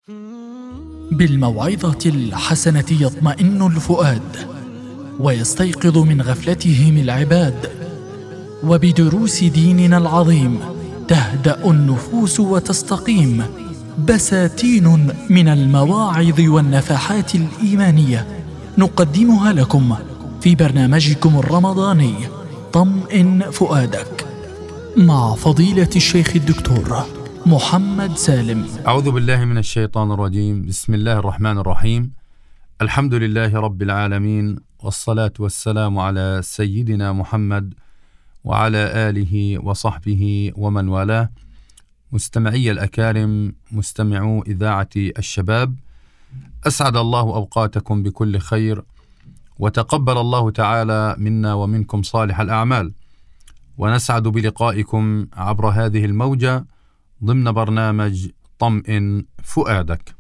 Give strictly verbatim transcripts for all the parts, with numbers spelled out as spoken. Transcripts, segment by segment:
بالموعظة الحسنة يطمئن الفؤاد ويستيقظ من غفلتهم العباد، وبدروس ديننا العظيم تهدأ النفوس وتستقيم بساتين من المواعظ والنفحات الإيمانية نقدمها لكم في برنامجكم الرمضاني طمئن فؤادك مع فضيلة الشيخ الدكتور محمد سالم. أعوذ بالله من الشيطان الرجيم. بسم الله الرحمن الرحيم. الحمد لله رب العالمين، والصلاة والسلام على سيدنا محمد وعلى آله وصحبه ومن والاه. مستمعي الأكارم، مستمعو إذاعة الشباب، أسعد الله أوقاتكم بكل خير، وتقبل الله تعالى منا ومنكم صالح الأعمال، ونسعد بلقائكم عبر هذه الموجة ضمن برنامج طمئن فؤادك،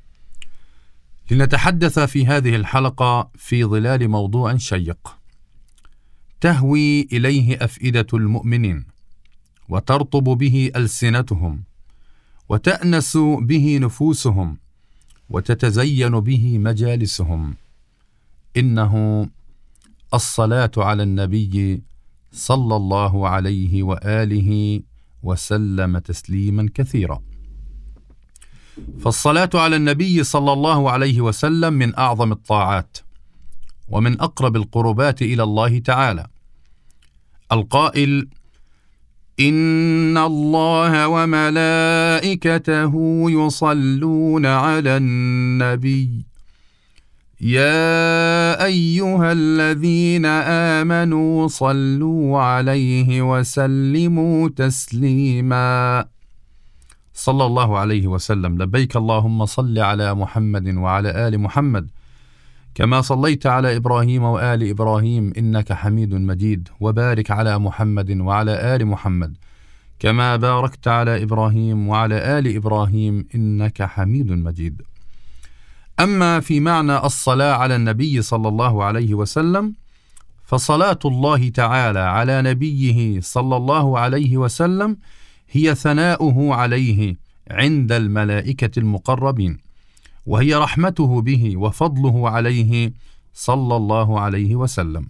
لنتحدث في هذه الحلقة في ظلال موضوع شيق تهوي إليه أفئدة المؤمنين، وترطب به ألسنتهم، وتأنس به نفوسهم، وتتزين به مجالسهم. إنه الصلاة على النبي صلى الله عليه وآله وسلم تسليما كثيرا. فالصلاة على النبي صلى الله عليه وسلم من أعظم الطاعات ومن أقرب القربات إلى الله تعالى. القائل: إن الله وملائكته يصلون على النبي يا أيها الذين آمنوا صلوا عليه وسلموا تسليما. صلى الله عليه وسلم. لبيك اللهم صل على محمد وعلى آل محمد كما صليت على إبراهيم وآل إبراهيم إنك حميد مجيد، وبارك على محمد وعلى آل محمد كما باركت على إبراهيم وعلى آل إبراهيم إنك حميد مجيد. أما في معنى الصلاة على النبي صلى الله عليه وسلم، فصلاة الله تعالى على نبيه صلى الله عليه وسلم هي ثناؤه عليه عند الملائكة المقربين، وهي رحمته به وفضله عليه صلى الله عليه وسلم.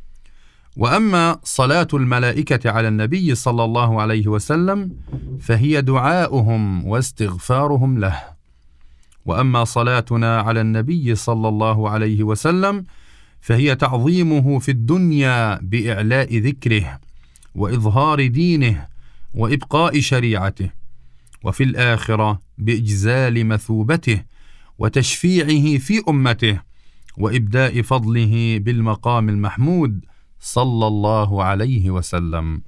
وأما صلاة الملائكة على النبي صلى الله عليه وسلم فهي دعاؤهم واستغفارهم له. وأما صلاتنا على النبي صلى الله عليه وسلم فهي تعظيمه في الدنيا بإعلاء ذكره وإظهار دينه وإبقاء شريعته، وفي الآخرة بإجزال مثوبته وتشفيعه في أمته وإبداء فضله بالمقام المحمود صلى الله عليه وسلم.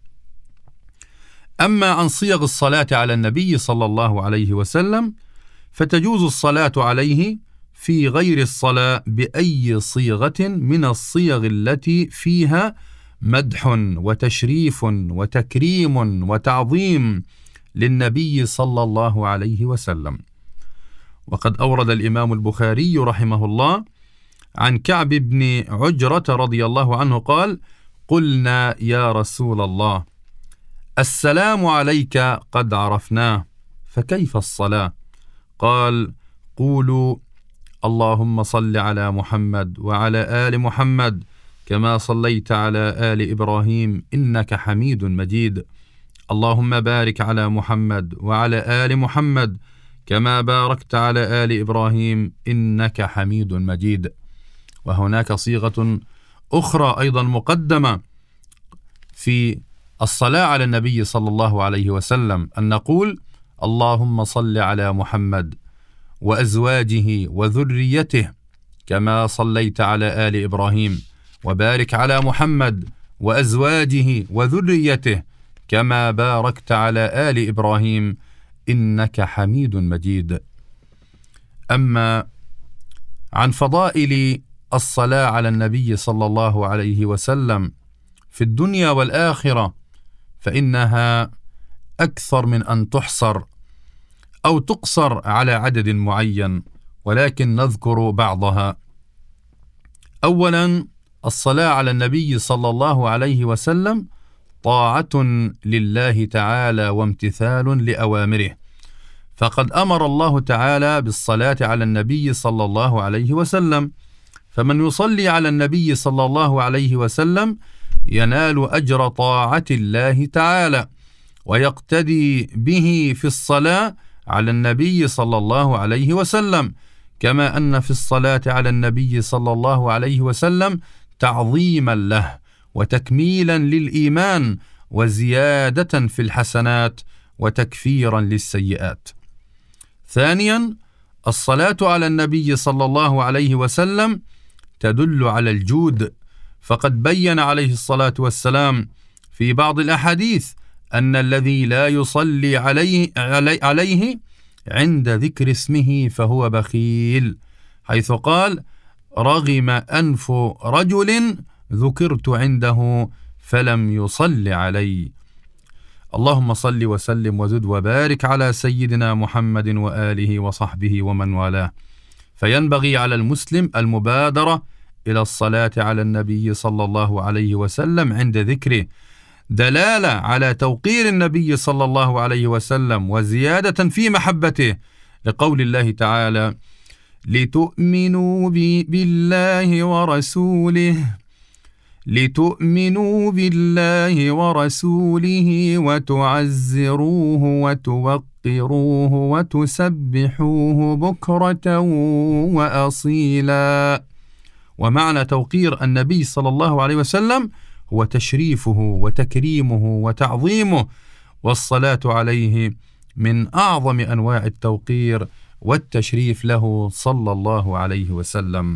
أما عن صيغ الصلاة على النبي صلى الله عليه وسلم فتجوز الصلاة عليه في غير الصلاة بأي صيغة من الصيغ التي فيها مدح وتشريف وتكريم وتعظيم للنبي صلى الله عليه وسلم. وقد أورد الإمام البخاري رحمه الله عن كعب بن عجرة رضي الله عنه قال: قلنا يا رسول الله السلام عليك قد عرفناه، فكيف الصلاة؟ قال: قولوا اللهم صل على محمد وعلى آل محمد كما صليت على آل إبراهيم إنك حميد مجيد، اللهم بارك على محمد وعلى آل محمد كما باركت على آل إبراهيم إنك حميد مجيد. وهناك صيغة أخرى أيضا مقدمة في الصلاة على النبي صلى الله عليه وسلم، أن نقول اللهم صل على محمد وأزواجه وذريته كما صليت على آل إبراهيم، وبارك على محمد وأزواجه وذريته كما باركت على آل إبراهيم إنك حميد مجيد. أما عن فضائل الصلاة على النبي صلى الله عليه وسلم في الدنيا والآخرة فإنها أكثر من أن تحصر أو تقصر على عدد معين، ولكن نذكر بعضها. أولا، الصلاة على النبي صلى الله عليه وسلم طاعة لله تعالى وامتثال لأوامره، فقد أمر الله تعالى بالصلاة على النبي صلى الله عليه وسلم، فمن يصلي على النبي صلى الله عليه وسلم ينال أجر طاعة الله تعالى، ويقتدي به في الصلاة على النبي صلى الله عليه وسلم، كما أن في الصلاة على النبي صلى الله عليه وسلم تعظيما له وتكميلا للإيمان وزيادة في الحسنات وتكفيرا للسيئات. ثانيا، الصلاة على النبي صلى الله عليه وسلم تدل على الجود، فقد بين عليه الصلاة والسلام في بعض الأحاديث أن الذي لا يصلي عليه, علي عليه عند ذكر اسمه فهو بخيل، حيث قال: رغم أنف رجل ذكرت عنده فلم يصل علي. اللهم صل وسلم وزد وبارك على سيدنا محمد وآله وصحبه ومن والاه. فينبغي على المسلم المبادرة إلى الصلاة على النبي صلى الله عليه وسلم عند ذكره، دلالة على توقير النبي صلى الله عليه وسلم وزيادة في محبته، لقول الله تعالى: لتؤمنوا بالله ورسوله لتؤمنوا بالله ورسوله وتعزروه وتوقروه وتسبحوه بكرة وأصيلا. ومعنى توقير النبي صلى الله عليه وسلم هو تشريفه وتكريمه وتعظيمه، والصلاة عليه من أعظم أنواع التوقير والتشريف له صلى الله عليه وسلم.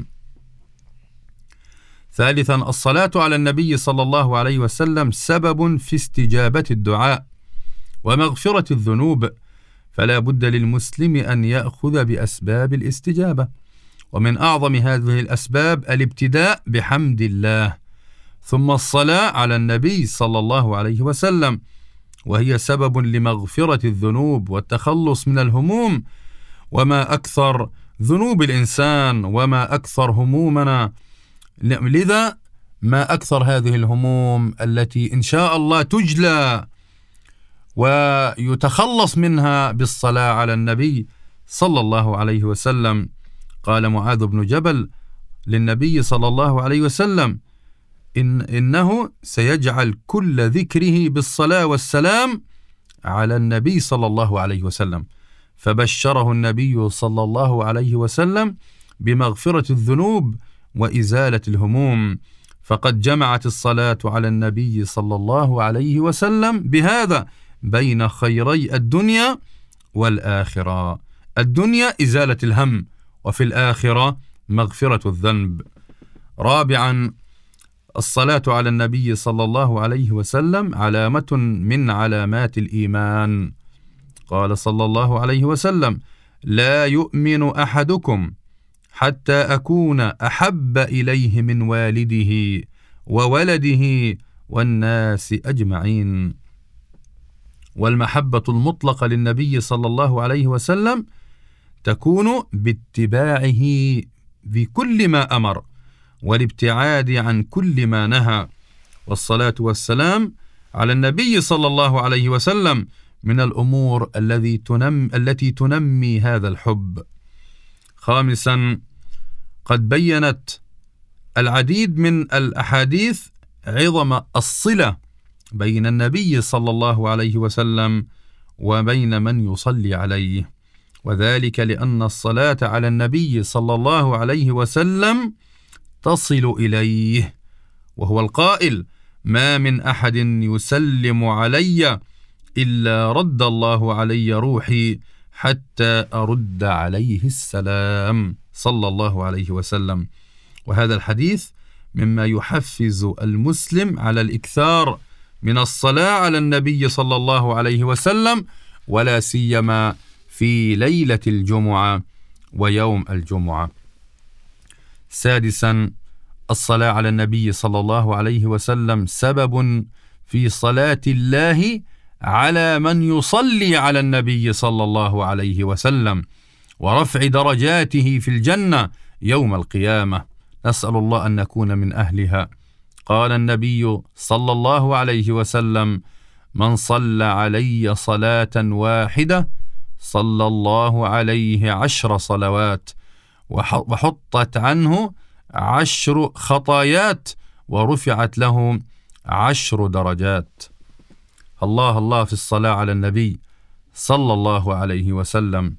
ثالثا، الصلاة على النبي صلى الله عليه وسلم سبب في استجابة الدعاء ومغفرة الذنوب، فلا بد للمسلم أن يأخذ بأسباب الاستجابة، ومن أعظم هذه الأسباب الابتداء بحمد الله، ثم الصلاة على النبي صلى الله عليه وسلم، وهي سبب لمغفرة الذنوب والتخلص من الهموم. وما أكثر ذنوب الإنسان وما أكثر همومنا، لذا ما أكثر هذه الهموم التي إن شاء الله تجلى ويتخلص منها بالصلاة على النبي صلى الله عليه وسلم. قال معاذ بن جبل للنبي صلى الله عليه وسلم: إن إنه سيجعل كل ذكره بالصلاة والسلام على النبي صلى الله عليه وسلم، فبشره النبي صلى الله عليه وسلم بمغفرة الذنوب وإزالة الهموم، فقد جمعت الصلاة على النبي صلى الله عليه وسلم بهذا بين خيري الدنيا والآخرة. الدنيا إزالة الهم، وفي الآخرة مغفرة الذنب. رابعا، الصلاة على النبي صلى الله عليه وسلم علامة من علامات الإيمان. قال صلى الله عليه وسلم: لا يؤمن أحدكم حتى أكون أحب إليه من والده وولده والناس أجمعين. والمحبة المطلقة للنبي صلى الله عليه وسلم تكون باتباعه بكل ما أمر والابتعاد عن كل ما نهى، والصلاة والسلام على النبي صلى الله عليه وسلم من الأمور التي تنم التي تنمي هذا الحب. خامسا، قد بينت العديد من الأحاديث عظم الصلة بين النبي صلى الله عليه وسلم وبين من يصلي عليه، وذلك لأن الصلاة على النبي صلى الله عليه وسلم تصل إليه، وهو القائل: ما من أحد يسلم علي إلا رد الله علي روحي حتى أرد عليه السلام، صلى الله عليه وسلم. وهذا الحديث مما يحفز المسلم على الإكثار من الصلاة على النبي صلى الله عليه وسلم، ولا سيما في ليلة الجمعة ويوم الجمعة. سادسا، الصلاة على النبي صلى الله عليه وسلم سبب في صلاة الله على من يصلي على النبي صلى الله عليه وسلم ورفع درجاته في الجنة يوم القيامة. نسأل الله أن نكون من أهلها. قال النبي صلى الله عليه وسلم: من صلى علي صلاة واحدة صلى الله عليه عشر صلوات، وحطت عنه عشر خطايات، ورفعت له عشر درجات. الله الله في الصلاة على النبي صلى الله عليه وسلم.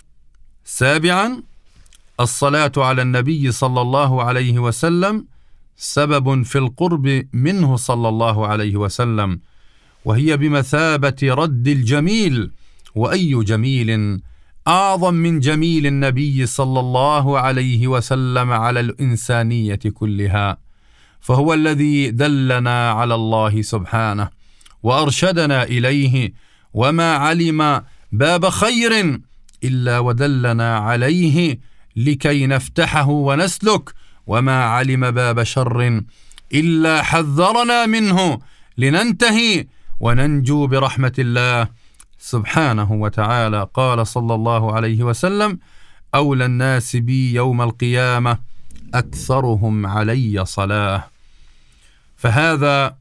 سابعا، الصلاة على النبي صلى الله عليه وسلم سبب في القرب منه صلى الله عليه وسلم، وهي بمثابة رد الجميل، وأي جميل أعظم من جميل النبي صلى الله عليه وسلم على الإنسانية كلها، فهو الذي دلنا على الله سبحانه وأرشدنا إليه، وما علم باب خير إلا ودلنا عليه لكي نفتحه ونسلك، وما علم باب شر إلا حذرنا منه لننتهي وننجو برحمة الله سبحانه وتعالى. قال صلى الله عليه وسلم: أولى الناس بي يوم القيامة أكثرهم علي صلاة. فهذا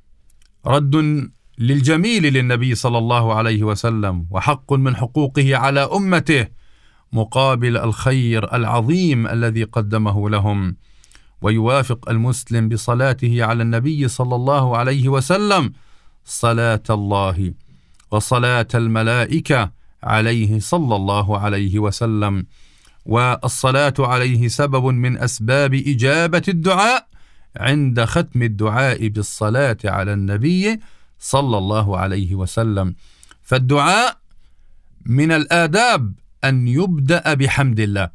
رد للجميل للنبي صلى الله عليه وسلم، وحق من حقوقه على أمته مقابل الخير العظيم الذي قدمه لهم. ويوافق المسلم بصلاته على النبي صلى الله عليه وسلم صلاة الله وصلاة الملائكة عليه صلى الله عليه وسلم. والصلاة عليه سبب من أسباب إجابة الدعاء عند ختم الدعاء بالصلاة على النبي صلى الله عليه وسلم. فالدعاء من الآداب أن يبدأ بحمد الله،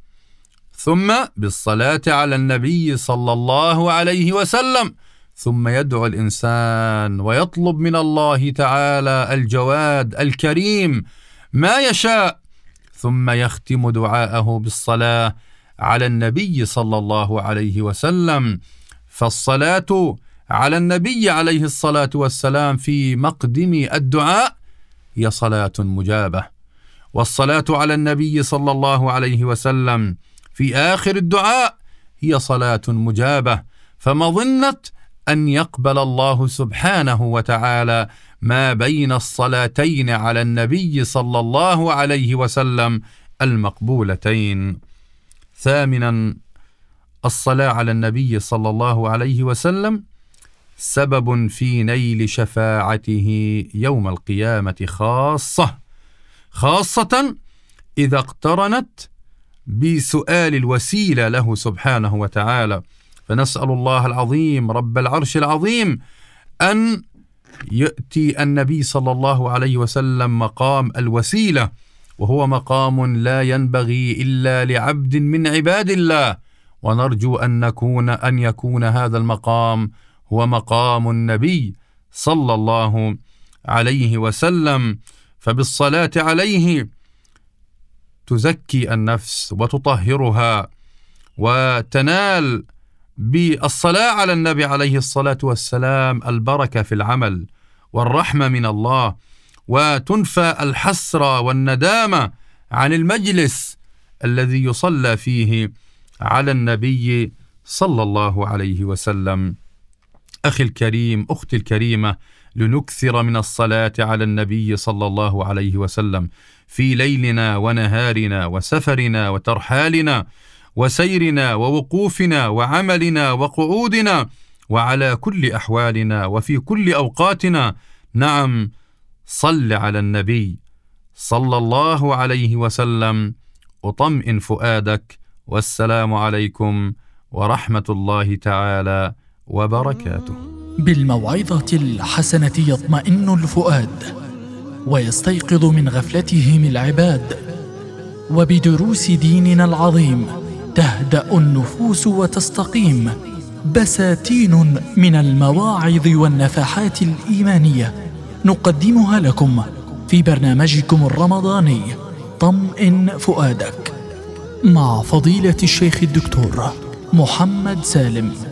ثم بالصلاة على النبي صلى الله عليه وسلم، ثم يدعو الإنسان ويطلب من الله تعالى الجواد الكريم ما يشاء، ثم يختم دعاءه بالصلاة على النبي صلى الله عليه وسلم. فالصلاة على النبي عليه الصلاة والسلام في مقدم الدعاء هي صلاة مجابة، والصلاة على النبي صلى الله عليه وسلم في آخر الدعاء هي صلاة مجابة. فمظنة أن يقبل الله سبحانه وتعالى ما بين الصلاتين على النبي صلى الله عليه وسلم المقبولتين. ثامنا، الصلاة على النبي صلى الله عليه وسلم سبب في نيل شفاعته يوم القيامة، خاصة خاصة إذا اقترنت بسؤال الوسيلة له سبحانه وتعالى. فنسأل الله العظيم رب العرش العظيم أن يأتي النبي صلى الله عليه وسلم مقام الوسيلة، وهو مقام لا ينبغي إلا لعبد من عباد الله، ونرجو أن نكون أن يكون هذا المقام هو مقام النبي صلى الله عليه وسلم. فبالصلاة عليه تزكي النفس وتطهرها، وتنال بالصلاة على النبي عليه الصلاة والسلام البركة في العمل والرحمة من الله، وتنفى الحسرة والندامة عن المجلس الذي يصلى فيه على النبي صلى الله عليه وسلم. أخي الكريم، أختي الكريمة، لنكثر من الصلاة على النبي صلى الله عليه وسلم في ليلنا ونهارنا وسفرنا وترحالنا وسيرنا ووقوفنا وعملنا وقعودنا، وعلى كل أحوالنا وفي كل أوقاتنا. نعم، صل على النبي صلى الله عليه وسلم، أطمئن فؤادك. والسلام عليكم ورحمة الله تعالى وبركاته. بالموعظة الحسنة يطمئن الفؤاد ويستيقظ من غفلتهم العباد، وبدروس ديننا العظيم تهدأ النفوس وتستقيم. بساتين من المواعظ والنفحات الإيمانية نقدمها لكم في برنامجكم الرمضاني طمئن فؤادك، مع فضيلة الشيخ الدكتور محمد سالم.